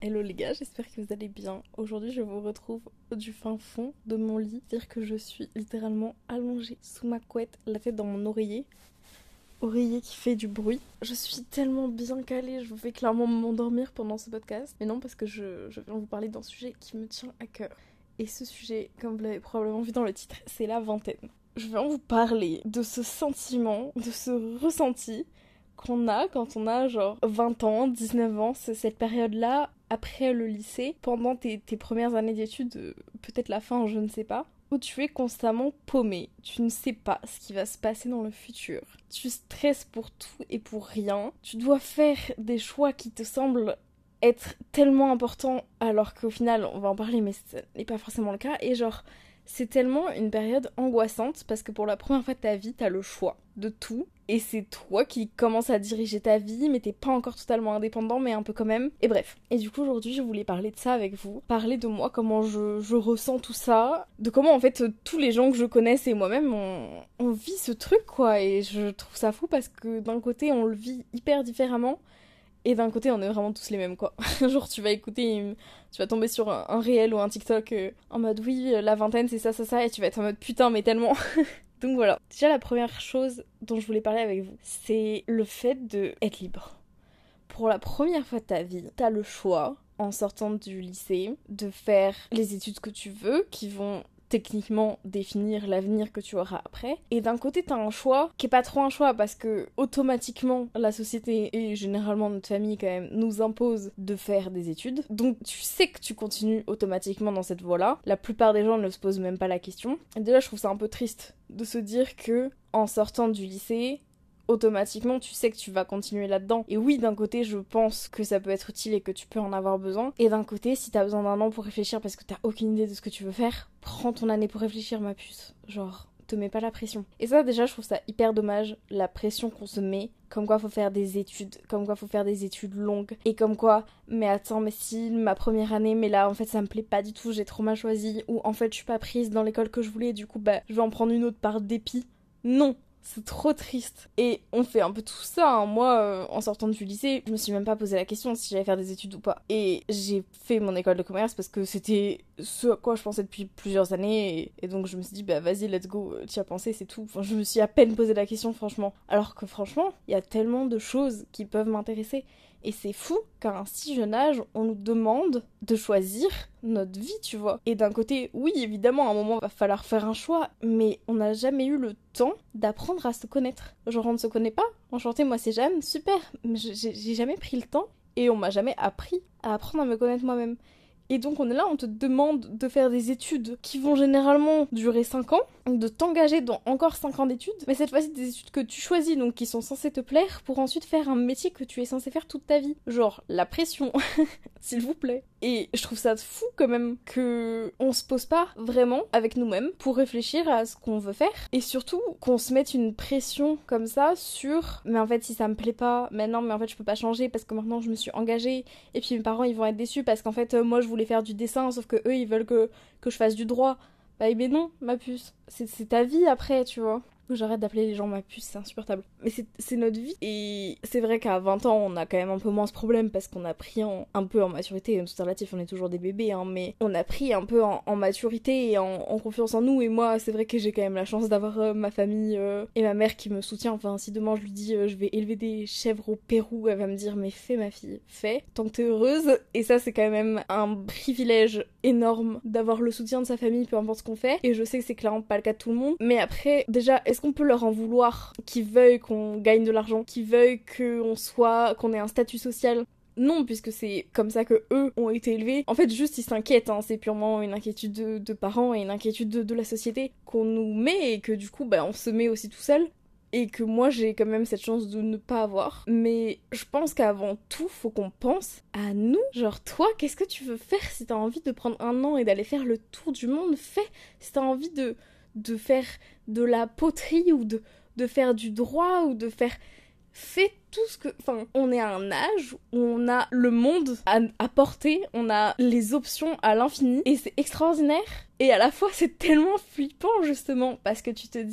Hello les gars, j'espère que vous allez bien. Aujourd'hui, je vous retrouve du fin fond de mon lit, c'est-à-dire que je suis littéralement allongée sous ma couette, la tête dans mon oreiller qui fait du bruit. Je suis tellement bien calée, je vais clairement m'endormir pendant ce podcast. Mais non, parce que je viens vous parler d'un sujet qui me tient à cœur. Et ce sujet, comme vous l'avez probablement vu dans le titre, c'est la vingtaine. Je viens vous parler de ce sentiment, de ce ressenti qu'on a quand on a genre 20 ans, 19 ans, c'est cette période-là après le lycée, pendant tes premières années d'études, peut-être la fin, je ne sais pas, où tu es constamment paumé. Tu ne sais pas ce qui va se passer dans le futur. Tu stresses pour tout et pour rien. Tu dois faire des choix qui te semblent être tellement importants alors qu'au final, on va en parler, mais ce n'est pas forcément le cas. Et genre, c'est tellement une période angoissante parce que pour la première fois de ta vie, t'as le choix de tout. Et c'est toi qui commences à diriger ta vie, mais t'es pas encore totalement indépendant, mais un peu quand même. Et bref. Et du coup, aujourd'hui, je voulais parler de ça avec vous. Parler de moi, comment je ressens tout ça. De comment, en fait, tous les gens que je connaisse et moi-même, on vit ce truc, quoi. Et je trouve ça fou parce que d'un côté, on le vit hyper différemment. Et d'un côté, on est vraiment tous les mêmes, quoi. Genre, tu vas écouter, tu vas tomber sur un réel ou un TikTok en mode oui, la vingtaine, c'est ça, ça, ça, et tu vas être en mode putain, mais tellement. Donc voilà. Déjà, la première chose dont je voulais parler avec vous, c'est le fait de être libre. Pour la première fois de ta vie, t'as le choix, en sortant du lycée, de faire les études que tu veux, qui vont techniquement définir l'avenir que tu auras après. Et d'un côté, t'as un choix qui est pas trop un choix parce que automatiquement, la société et généralement notre famille quand même nous impose de faire des études. Donc tu sais que tu continues automatiquement dans cette voie-là. La plupart des gens ne se posent même pas la question. Et déjà, je trouve ça un peu triste de se dire que en sortant du lycée, automatiquement tu sais que tu vas continuer là-dedans. Et oui, d'un côté je pense que ça peut être utile et que tu peux en avoir besoin. Et d'un côté, si t'as besoin d'un an pour réfléchir parce que t'as aucune idée de ce que tu veux faire, prends ton année pour réfléchir, ma puce. Genre, te mets pas la pression. Et ça, déjà, je trouve ça hyper dommage, la pression qu'on se met. Comme quoi faut faire des études, comme quoi faut faire des études longues. Et comme quoi, mais attends, mais si ma première année, mais là en fait ça me plaît pas du tout, j'ai trop mal choisi. Ou en fait je suis pas prise dans l'école que je voulais, du coup bah je vais en prendre une autre par dépit. Non, c'est trop triste. Et on fait un peu tout ça, hein. Moi, en sortant du lycée, je me suis même pas posé la question si j'allais faire des études ou pas. Et j'ai fait mon école de commerce parce que c'était ce à quoi je pensais depuis plusieurs années. Et donc je me suis dit, bah vas-y, let's go, t'y as pensé, c'est tout. Enfin, je me suis à peine posé la question, franchement. Alors que franchement, il y a tellement de choses qui peuvent m'intéresser. Et c'est fou qu'à un si jeune âge, on nous demande de choisir notre vie, tu vois. Et d'un côté, oui, évidemment, à un moment, va falloir faire un choix, mais on n'a jamais eu le temps d'apprendre à se connaître. Genre, on ne se connaît pas. Enchantée, moi c'est Jeanne, super. Mais j'ai jamais pris le temps et on m'a jamais appris à apprendre à me connaître moi-même. Et donc on est là, on te demande de faire des études qui vont généralement durer 5 ans, de t'engager dans encore 5 ans d'études, mais cette fois-ci des études que tu choisis, donc qui sont censées te plaire, pour ensuite faire un métier que tu es censé faire toute ta vie. Genre, la pression, s'il vous plaît. Et je trouve ça fou quand même que on se pose pas vraiment avec nous-mêmes pour réfléchir à ce qu'on veut faire, et surtout qu'on se mette une pression comme ça sur mais en fait si ça me plaît pas, mais non mais en fait je peux pas changer parce que maintenant je me suis engagée, et puis mes parents ils vont être déçus parce qu'en fait moi je voulais faire du dessin sauf que eux ils veulent que je fasse du droit. Bah mais non ma puce, c'est ta vie après, tu vois. J'arrête d'appeler les gens ma puce, c'est insupportable. Mais c'est notre vie. Et c'est vrai qu'à 20 ans, on a quand même un peu moins ce problème parce qu'on a pris un peu en maturité. Tout est relatif, on est toujours des bébés, hein, mais on a pris un peu en maturité et en confiance en nous. Et moi, c'est vrai que j'ai quand même la chance d'avoir ma famille et ma mère qui me soutient. Enfin, si demain je lui dis je vais élever des chèvres au Pérou, elle va me dire mais fais ma fille, fais, tant que t'es heureuse. Et ça, c'est quand même un privilège énorme d'avoir le soutien de sa famille, peu importe ce qu'on fait. Et je sais que c'est clairement pas le cas de tout le monde. Mais après, déjà, est-ce qu'on peut leur en vouloir qu'ils veuillent qu'on gagne de l'argent, qu'ils veuillent qu'on ait un statut social? Non, puisque c'est comme ça que eux ont été élevés. En fait, juste ils s'inquiètent, hein. C'est purement une inquiétude de parents et une inquiétude de la société qu'on nous met et que du coup, bah, on se met aussi tout seul. Et que moi j'ai quand même cette chance de ne pas avoir. Mais je pense qu'avant tout, faut qu'on pense à nous. Genre toi, qu'est-ce que tu veux faire si t'as envie de prendre un an et d'aller faire le tour du monde? Fais. Si t'as envie de faire de la poterie ou de faire du droit ou de faire... Fais tout ce que... Enfin, on est à un âge où on a le monde à portée, on a les options à l'infini et c'est extraordinaire. Et à la fois, c'est tellement flippant justement parce que tu te dis...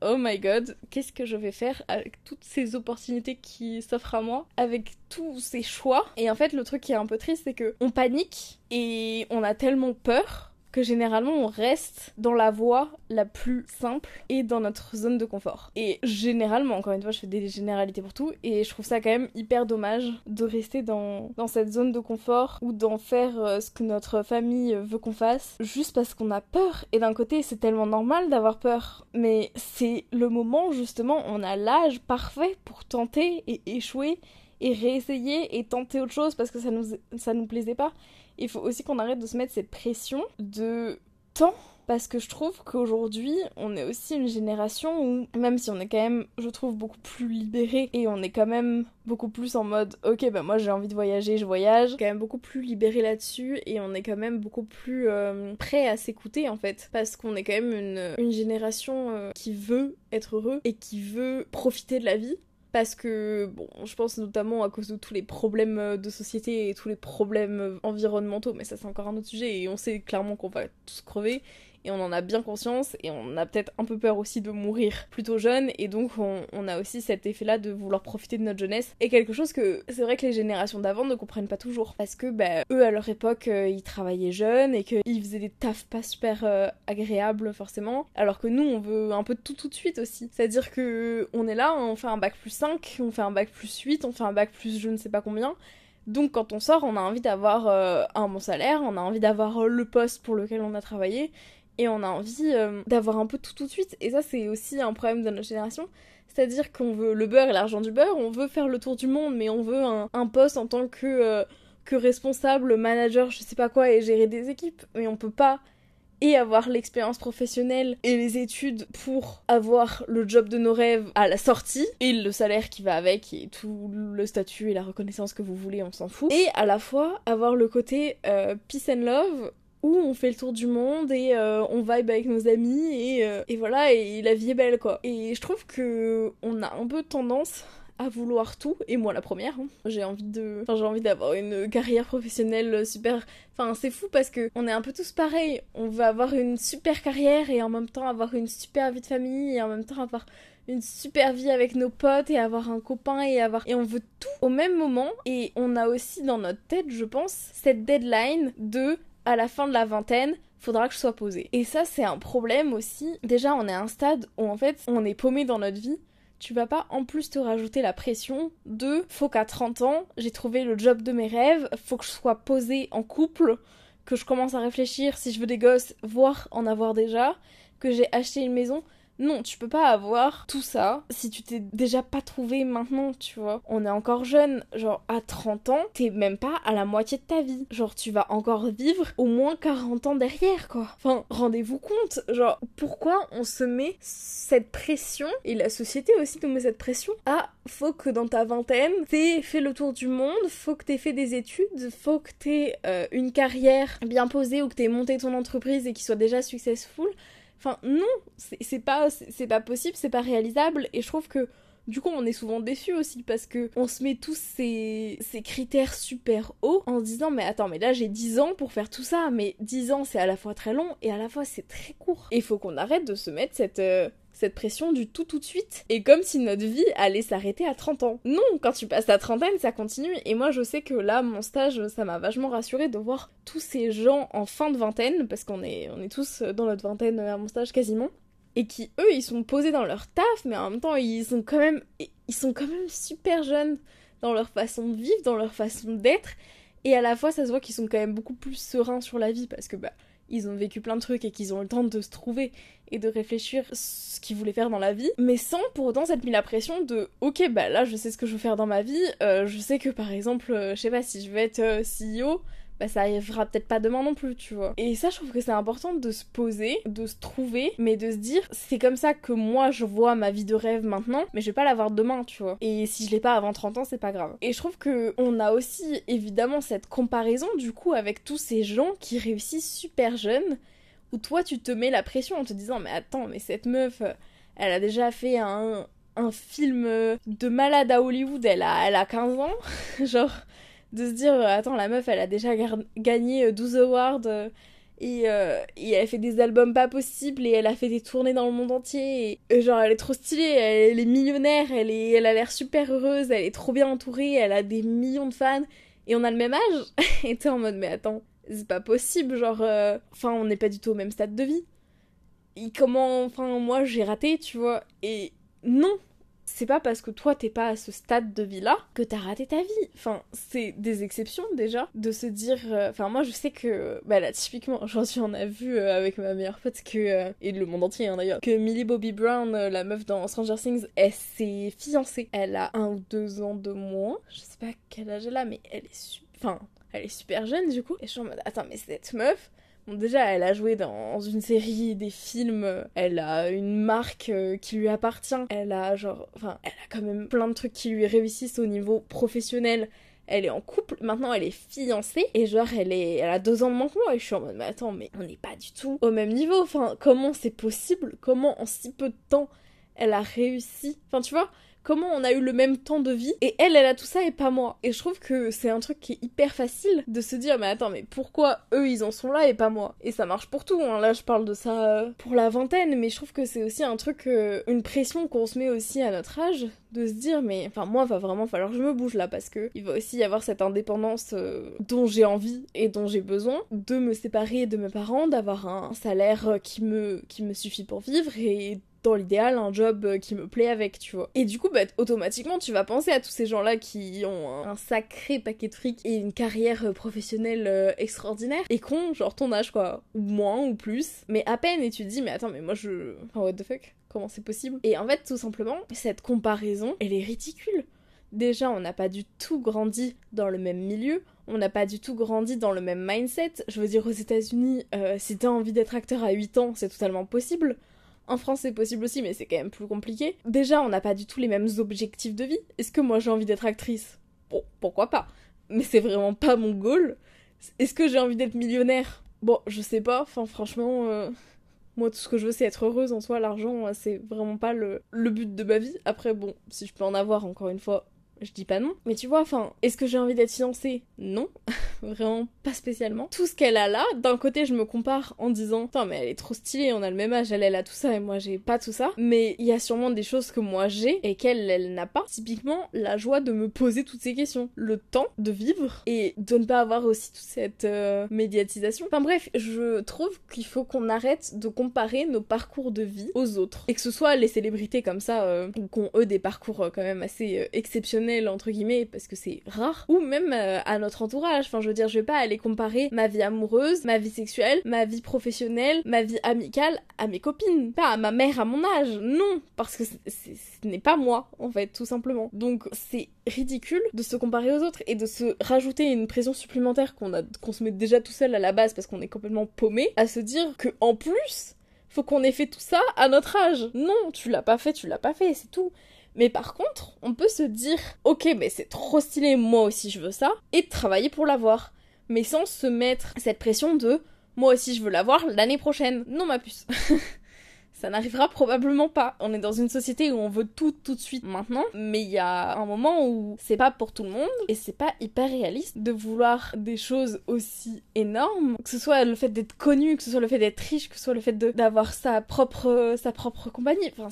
oh my god, qu'est-ce que je vais faire avec toutes ces opportunités qui s'offrent à moi, avec tous ces choix. Et en fait, le truc qui est un peu triste, c'est que on panique et on a tellement peur que généralement on reste dans la voie la plus simple et dans notre zone de confort. Et généralement, encore une fois, je fais des généralités pour tout, et je trouve ça quand même hyper dommage de rester dans cette zone de confort ou d'en faire ce que notre famille veut qu'on fasse juste parce qu'on a peur. Et d'un côté, c'est tellement normal d'avoir peur, mais c'est le moment justement, on a l'âge parfait pour tenter et échouer et réessayer et tenter autre chose parce que ça nous plaisait pas. Il faut aussi qu'on arrête de se mettre cette pression de temps, parce que je trouve qu'aujourd'hui, on est aussi une génération où, même si on est quand même, je trouve, beaucoup plus libéré, et on est quand même beaucoup plus en mode, ok, bah moi j'ai envie de voyager, je voyage, quand même beaucoup plus libéré là-dessus, et on est quand même beaucoup plus prêt à s'écouter, en fait, parce qu'on est quand même une génération qui veut être heureux, et qui veut profiter de la vie. Parce que, bon, je pense notamment à cause de tous les problèmes de société et tous les problèmes environnementaux, mais ça c'est encore un autre sujet, et on sait clairement qu'on va tous crever, et on en a bien conscience, et on a peut-être un peu peur aussi de mourir plutôt jeune, et donc on a aussi cet effet-là de vouloir profiter de notre jeunesse, et quelque chose que c'est vrai que les générations d'avant ne comprennent pas toujours, parce que eux à leur époque ils travaillaient jeunes, et qu'ils faisaient des tafs pas super agréables forcément, alors que nous on veut un peu de tout de suite aussi, c'est-à-dire que on est là, on fait un bac plus 5, on fait un bac plus 8, on fait un bac plus je ne sais pas combien. Donc quand on sort, on a envie d'avoir un bon salaire, on a envie d'avoir le poste pour lequel on a travaillé, et on a envie d'avoir un peu tout de suite. Et ça, c'est aussi un problème de notre génération. C'est-à-dire qu'on veut le beurre et l'argent du beurre, on veut faire le tour du monde, mais on veut un poste en tant que responsable, manager, je sais pas quoi, et gérer des équipes. Mais on peut pas et avoir l'expérience professionnelle et les études pour avoir le job de nos rêves à la sortie, et le salaire qui va avec, et tout le statut et la reconnaissance que vous voulez, on s'en fout. Et à la fois avoir le côté peace and love, où on fait le tour du monde et on vibe avec nos amis et voilà, et la vie est belle quoi. Et je trouve que on a un peu tendance à vouloir tout, et moi la première, hein. J'ai envie d'avoir une carrière professionnelle super. Enfin, c'est fou parce que on est un peu tous pareils. On veut avoir une super carrière et en même temps avoir une super vie de famille, et en même temps avoir une super vie avec nos potes et avoir un copain et on veut tout au même moment. Et on a aussi dans notre tête, je pense, cette deadline de à la fin de la vingtaine, faudra que je sois posée. Et ça, c'est un problème aussi. Déjà, on est à un stade où en fait, on est paumé dans notre vie. Tu vas pas en plus te rajouter la pression de faut qu'à 30 ans, j'ai trouvé le job de mes rêves, faut que je sois posée en couple, que je commence à réfléchir si je veux des gosses, voire en avoir déjà, que j'ai acheté une maison. Non, tu peux pas avoir tout ça si tu t'es déjà pas trouvé maintenant, tu vois. On est encore jeune, genre à 30 ans, t'es même pas à la moitié de ta vie. Genre tu vas encore vivre au moins 40 ans derrière, quoi. Enfin, rendez-vous compte, genre pourquoi on se met cette pression, et la société aussi nous met cette pression, faut que dans ta vingtaine, t'aies fait le tour du monde, faut que t'aies fait des études, faut que t'aies une carrière bien posée, ou que t'aies monté ton entreprise et qu'il soit déjà successful. Enfin, non, c'est pas possible, c'est pas réalisable, et je trouve que du coup on est souvent déçus aussi parce que on se met tous ces critères super hauts en se disant mais attends, mais là j'ai 10 ans pour faire tout ça, mais 10 ans c'est à la fois très long et à la fois c'est très court. Et il faut qu'on arrête de se mettre cette pression du tout de suite, et comme si notre vie allait s'arrêter à 30 ans. Non, quand tu passes ta trentaine, ça continue, et moi je sais que là, mon stage, ça m'a vachement rassurée de voir tous ces gens en fin de vingtaine, parce qu'on est tous dans notre vingtaine à mon stage quasiment, et qui, eux, ils sont posés dans leur taf, mais en même temps, ils sont quand même super jeunes dans leur façon de vivre, dans leur façon d'être, et à la fois, ça se voit qu'ils sont quand même beaucoup plus sereins sur la vie, parce que ils ont vécu plein de trucs et qu'ils ont le temps de se trouver et de réfléchir ce qu'ils voulaient faire dans la vie, mais sans pour autant s'être mis la pression de ok, là je sais ce que je veux faire dans ma vie, je sais que par exemple, je sais pas, si je veux être CEO, ça arrivera peut-être pas demain non plus, tu vois. Et ça, je trouve que c'est important de se poser, de se trouver, mais de se dire c'est comme ça que moi je vois ma vie de rêve maintenant, mais je vais pas l'avoir demain, tu vois. Et si je l'ai pas avant 30 ans, c'est pas grave. Et je trouve que on a aussi évidemment cette comparaison du coup avec tous ces gens qui réussissent super jeunes, où toi tu te mets la pression en te disant mais attends, mais cette meuf, elle a déjà fait un film de malade à Hollywood, elle a 15 ans, genre de se dire attends, la meuf elle a déjà gagné 12 awards, et elle fait des albums pas possibles et elle a fait des tournées dans le monde entier et genre elle est trop stylée, elle est millionnaire, elle a l'air super heureuse, elle est trop bien entourée, elle a des millions de fans et on a le même âge. Et t'es en mode mais attends, c'est pas possible, genre enfin on n'est pas du tout au même stade de vie. Et comment, enfin moi j'ai raté, tu vois, et non, c'est pas parce que toi t'es pas à ce stade de vie là que t'as raté ta vie. Enfin, c'est des exceptions déjà de se dire. Enfin, moi je sais que. Bah là, typiquement, aujourd'hui on a vu avec ma meilleure pote que. Et le monde entier hein, d'ailleurs. Que Millie Bobby Brown, la meuf dans Stranger Things, elle s'est fiancée. Elle a 1 ou 2 ans de moins. Je sais pas quel âge elle a, mais elle est Enfin, elle est super jeune du coup. Et je suis en mode, attends, mais cette meuf. Bon, déjà, elle a joué dans une série, des films, elle a une marque qui lui appartient, elle a genre, enfin, elle a quand même plein de trucs qui lui réussissent au niveau professionnel. Elle est en couple, maintenant elle est fiancée, et genre elle a 2 ans de moins que moi, et je suis en mode, mais attends, mais on n'est pas du tout au même niveau, enfin, comment c'est possible? Comment en si peu de temps elle a réussi? Enfin, tu vois? Comment on a eu le même temps de vie et elle a tout ça et pas moi. Et je trouve que c'est un truc qui est hyper facile de se dire mais attends mais pourquoi eux ils en sont là et pas moi. Et ça marche pour tout, hein. Là je parle de ça pour la vingtaine, mais je trouve que c'est aussi un truc, une pression qu'on se met aussi à notre âge, de se dire mais enfin moi va vraiment falloir que je me bouge là parce que il va aussi y avoir cette indépendance dont j'ai envie et dont j'ai besoin, de me séparer de mes parents, d'avoir un salaire qui me suffit pour vivre et dans l'idéal, un job qui me plaît avec, tu vois. Et du coup, bah, automatiquement, tu vas penser à tous ces gens-là qui ont un sacré paquet de fric et une carrière professionnelle extraordinaire et qui ont, genre, ton âge, quoi. Ou moins, ou plus. Mais à peine, et tu te dis, mais attends, mais moi, Enfin, what the fuck? Comment c'est possible? Et en fait, tout simplement, cette comparaison, elle est ridicule. Déjà, on n'a pas du tout grandi dans le même milieu, on n'a pas du tout grandi dans le même mindset. Je veux dire, aux États-Unis, si t'as envie d'être acteur à 8 ans, c'est totalement possible. En France, c'est possible aussi, mais c'est quand même plus compliqué. Déjà, on n'a pas du tout les mêmes objectifs de vie. Est-ce que moi j'ai envie d'être actrice? Bon, pourquoi pas? Mais c'est vraiment pas mon goal. Est-ce que j'ai envie d'être millionnaire? Bon, je sais pas. Enfin, franchement, moi, tout ce que je veux, c'est être heureuse en soi. L'argent, c'est vraiment pas le but de ma vie. Après, bon, si je peux en avoir, encore une fois, je dis pas non. Mais tu vois, enfin, est-ce que j'ai envie d'être fiancée? Non. Vraiment pas spécialement. Tout ce qu'elle a là, d'un côté je me compare en disant putain mais elle est trop stylée, on a le même âge, elle a tout ça et moi j'ai pas tout ça. Mais il y a sûrement des choses que moi j'ai et qu'elle elle n'a pas. Typiquement la joie de me poser toutes ces questions, le temps de vivre et de ne pas avoir aussi toute cette médiatisation. Enfin bref, je trouve qu'il faut qu'on arrête de comparer nos parcours de vie aux autres. Et que ce soit les célébrités comme ça, qui ont eux des parcours quand même assez exceptionnels entre guillemets parce que c'est rare, ou même à notre entourage. Enfin je veux dire, je vais pas aller comparer ma vie amoureuse, ma vie sexuelle, ma vie professionnelle, ma vie amicale à mes copines, pas à ma mère à mon âge, non, parce que ce n'est pas moi, en fait, tout simplement. Donc c'est ridicule de se comparer aux autres et de se rajouter une pression supplémentaire qu'on se met déjà tout seul à la base parce qu'on est complètement paumé, à se dire que en plus, faut qu'on ait fait tout ça à notre âge. Non, tu l'as pas fait, c'est tout. Mais par contre, on peut se dire ok, mais c'est trop stylé, moi aussi je veux ça, et travailler pour l'avoir. Mais sans se mettre cette pression de moi aussi je veux l'avoir l'année prochaine. Non ma puce. Ça n'arrivera probablement pas. On est dans une société où on veut tout de suite maintenant, mais il y a un moment où c'est pas pour tout le monde et c'est pas hyper réaliste de vouloir des choses aussi énormes, que ce soit le fait d'être connu, que ce soit le fait d'être riche, que ce soit le fait d'avoir sa propre compagnie. Enfin,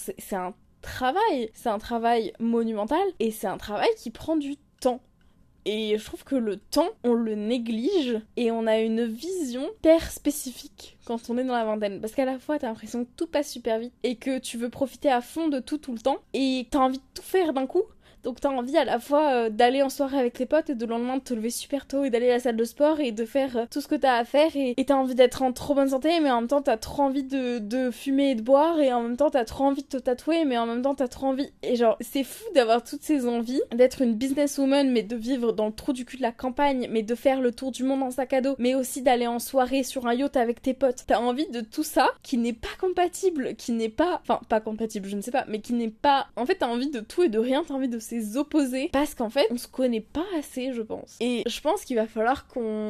c'est un travail monumental et c'est un travail qui prend du temps. Et je trouve que le temps, on le néglige et on a une vision hyper spécifique quand on est dans la vingtaine. Parce qu'à la fois, t'as l'impression que tout passe super vite et que tu veux profiter à fond de tout le temps et t'as envie de tout faire d'un coup. Donc t'as envie à la fois d'aller en soirée avec tes potes et de le lendemain de te lever super tôt et d'aller à la salle de sport et de faire tout ce que t'as à faire et t'as envie d'être en trop bonne santé mais en même temps t'as trop envie de fumer et de boire et en même temps t'as trop envie de te tatouer mais en même temps t'as trop envie... Et genre c'est fou d'avoir toutes ces envies, d'être une businesswoman mais de vivre dans le trou du cul de la campagne, mais de faire le tour du monde en sac à dos, mais aussi d'aller en soirée sur un yacht avec tes potes. T'as envie de tout ça qui n'est pas compatible, qui n'est pas... Enfin pas compatible je ne sais pas, mais qui n'est pas... En fait t'as envie de tout et de rien, t'as envie de ces opposés parce qu'en fait on se connaît pas assez je pense. Et je pense qu'il va falloir qu'on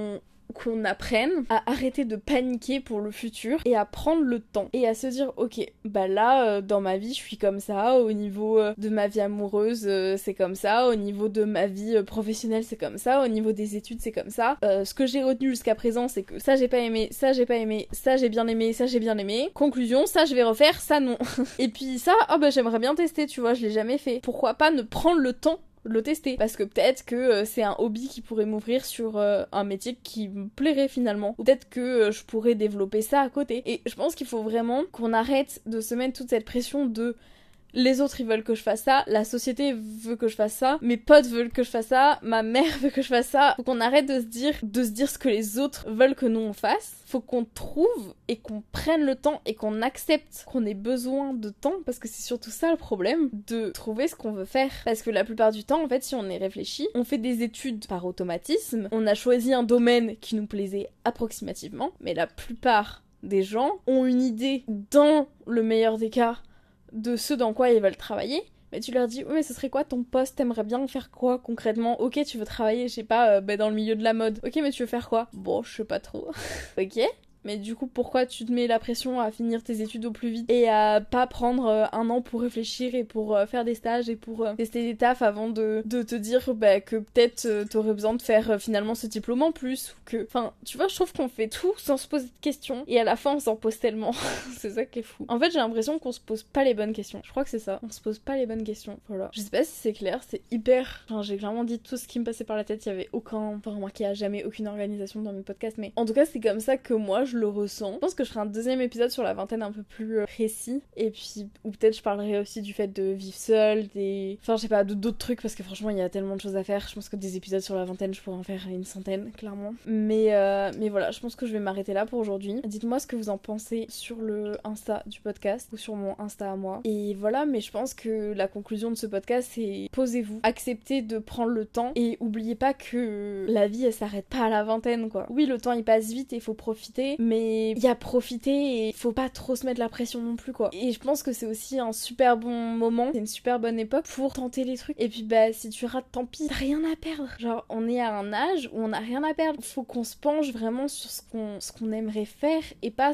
qu'on apprenne à arrêter de paniquer pour le futur et à prendre le temps et à se dire ok, bah là dans ma vie je suis comme ça, au niveau de ma vie amoureuse c'est comme ça, au niveau de ma vie professionnelle c'est comme ça, au niveau des études c'est comme ça. Ce que j'ai retenu jusqu'à présent c'est que ça j'ai pas aimé, ça j'ai pas aimé, ça j'ai bien aimé, ça j'ai bien aimé. Conclusion, ça je vais refaire, ça non. Et puis ça, oh bah j'aimerais bien tester, tu vois, je l'ai jamais fait. Pourquoi pas ne prendre le temps de le tester, parce que peut-être que c'est un hobby qui pourrait m'ouvrir sur un métier qui me plairait finalement, ou peut-être que je pourrais développer ça à côté. Et je pense qu'il faut vraiment qu'on arrête de se mettre toute cette pression de les autres ils veulent que je fasse ça, la société veut que je fasse ça, mes potes veulent que je fasse ça, ma mère veut que je fasse ça. Faut qu'on arrête de se dire ce que les autres veulent que nous on fasse. Faut qu'on trouve et qu'on prenne le temps et qu'on accepte qu'on ait besoin de temps, parce que c'est surtout ça le problème, de trouver ce qu'on veut faire. Parce que la plupart du temps, en fait, si on y réfléchit, on fait des études par automatisme, on a choisi un domaine qui nous plaisait approximativement, mais la plupart des gens ont une idée, dans le meilleur des cas, de ce dans quoi ils veulent travailler, mais tu leur dis oui mais ce serait quoi ton poste, t'aimerais bien faire quoi concrètement? Ok, tu veux travailler je sais pas dans le milieu de la mode, ok mais tu veux faire quoi? Bon je sais pas trop. Ok, mais du coup pourquoi tu te mets la pression à finir tes études au plus vite et à pas prendre un an pour réfléchir et pour faire des stages et pour tester des tafs avant de te dire que peut-être t'aurais besoin de faire finalement ce diplôme en plus, ou que... Enfin, tu vois, je trouve qu'on fait tout sans se poser de questions et à la fin on s'en pose tellement. C'est ça qui est fou. En fait j'ai l'impression qu'on se pose pas les bonnes questions. Je crois que c'est ça. On se pose pas les bonnes questions. Voilà. Je sais pas si c'est clair, c'est hyper... Enfin, j'ai clairement dit tout ce qui me passait par la tête, il y avait aucun... Enfin, remarqué, il y a jamais aucune organisation dans mes podcasts, mais en tout cas c'est comme ça que moi je le ressens. Je pense que je ferai un deuxième épisode sur la vingtaine un peu plus précis, et puis ou peut-être je parlerai aussi du fait de vivre seule, des... Enfin je sais pas, d'autres trucs, parce que franchement il y a tellement de choses à faire. Je pense que des épisodes sur la vingtaine je pourrais en faire une centaine clairement, mais voilà, je pense que je vais m'arrêter là pour aujourd'hui. Dites-moi ce que vous en pensez sur le Insta du podcast ou sur mon Insta à moi, et voilà. Mais je pense que la conclusion de ce podcast c'est posez-vous, acceptez de prendre le temps et oubliez pas que la vie elle s'arrête pas à la vingtaine quoi. Oui le temps il passe vite et il faut profiter, mais il y a profiter et il faut pas trop se mettre la pression non plus quoi. Et je pense que c'est aussi un super bon moment, c'est une super bonne époque pour tenter les trucs. Et puis bah si tu rates tant pis, t'as rien à perdre. Genre on est à un âge où on a rien à perdre. Faut qu'on se penche vraiment sur ce qu'on aimerait faire et pas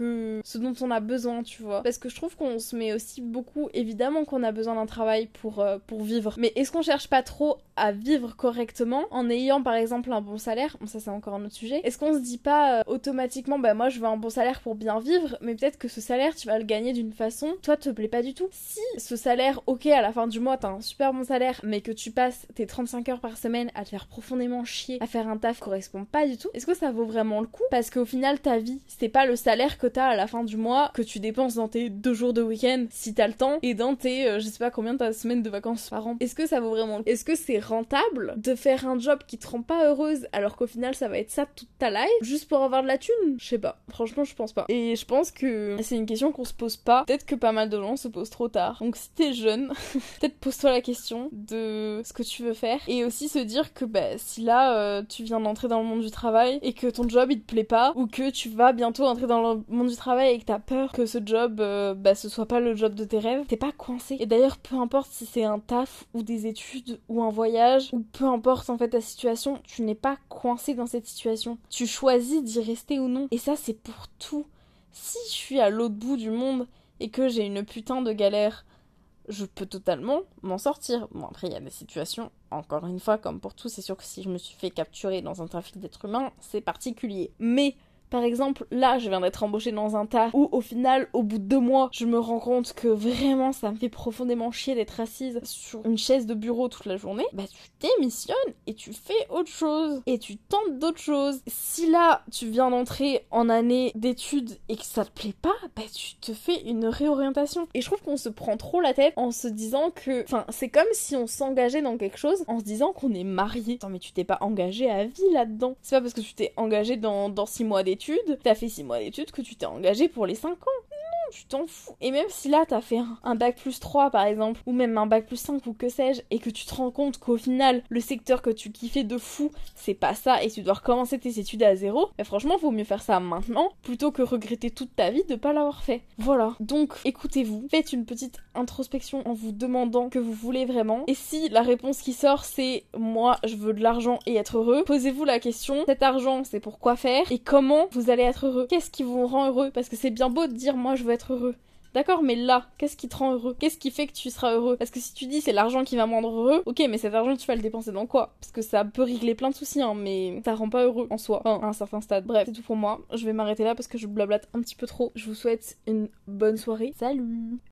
ce dont on a besoin, tu vois. Parce que je trouve qu'on se met aussi beaucoup, évidemment qu'on a besoin d'un travail pour vivre, mais est-ce qu'on cherche pas trop à vivre correctement en ayant par exemple un bon salaire? Bon ça c'est encore un autre sujet. Est-ce qu'on se dit pas automatiquement bah moi je veux un bon salaire pour bien vivre, mais peut-être que ce salaire tu vas le gagner d'une façon toi te plaît pas du tout. Si ce salaire, ok à la fin du mois t'as un super bon salaire, mais que tu passes tes 35 heures par semaine à te faire profondément chier, à faire un taf qui correspond pas du tout, est-ce que ça vaut vraiment le coup? Parce qu'au final ta vie c'est pas le salaire que t'as à la fin du mois que tu dépenses dans tes 2 jours de week-end si t'as le temps, et dans tes je sais pas combien ta semaine de vacances par an. Est-ce que ça vaut vraiment le coup? Est-ce que c'est rentable de faire un job qui te rend pas heureuse alors qu'au final ça va être ça toute ta life juste pour avoir de la thune? Je sais pas, franchement je pense pas. Et je pense que c'est une question qu'on se pose pas, peut-être que pas mal de gens se posent trop tard. Donc si t'es jeune, peut-être pose-toi la question de ce que tu veux faire, et aussi se dire que bah si là tu viens d'entrer dans le monde du travail et que ton job il te plaît pas, ou que tu vas bientôt entrer dans le monde du travail et que t'as peur que ce job ce soit pas le job de tes rêves, t'es pas coincé. Et d'ailleurs peu importe si c'est un taf ou des études ou un voyage, ou peu importe en fait ta situation, tu n'es pas coincé dans cette situation, tu choisis d'y rester ou non. Et ça c'est pour tout. Si je suis à l'autre bout du monde et que j'ai une putain de galère, je peux totalement m'en sortir. Bon après il y a des situations, encore une fois comme pour tout, c'est sûr que si je me suis fait capturer dans un trafic d'êtres humains, c'est particulier. Mais par exemple, là, je viens d'être embauchée dans un taf où, au final, au bout de 2 mois, je me rends compte que vraiment, ça me fait profondément chier d'être assise sur une chaise de bureau toute la journée. Bah, tu démissionnes et tu fais autre chose. Et tu tentes d'autres choses. Si là, tu viens d'entrer en année d'études et que ça te plaît pas, bah, tu te fais une réorientation. Et je trouve qu'on se prend trop la tête en se disant que... Enfin, c'est comme si on s'engageait dans quelque chose en se disant qu'on est marié. Attends, mais tu t'es pas engagé à vie là-dedans. C'est pas parce que tu t'es engagé dans 6 mois d'études, t'as fait 6 mois d'études que tu t'es engagé pour les 5 ans. tu t'en fous. Et même si là t'as fait un bac plus 3 par exemple, ou même un bac plus 5 ou que sais-je, et que tu te rends compte qu'au final, le secteur que tu kiffais de fou, c'est pas ça, et tu dois recommencer tes études à zéro, bah franchement, vaut mieux faire ça maintenant, plutôt que regretter toute ta vie de pas l'avoir fait. Voilà. Donc, écoutez-vous, faites une petite introspection en vous demandant que vous voulez vraiment, et si la réponse qui sort c'est « moi, je veux de l'argent et être heureux », posez-vous la question, cet argent, c'est pour quoi faire, et comment vous allez être heureux? Qu'est-ce qui vous rend heureux? Parce que c'est bien beau de dire « moi, je veux être heureux ». D'accord, mais là, qu'est-ce qui te rend heureux? Qu'est-ce qui fait que tu seras heureux? Parce que si tu dis c'est l'argent qui va me rendre heureux, ok, mais cet argent tu vas le dépenser dans quoi? Parce que ça peut régler plein de soucis, hein, mais ça rend pas heureux en soi, enfin, à un certain stade. Bref, c'est tout pour moi. Je vais m'arrêter là parce que je blablate un petit peu trop. Je vous souhaite une bonne soirée. Salut!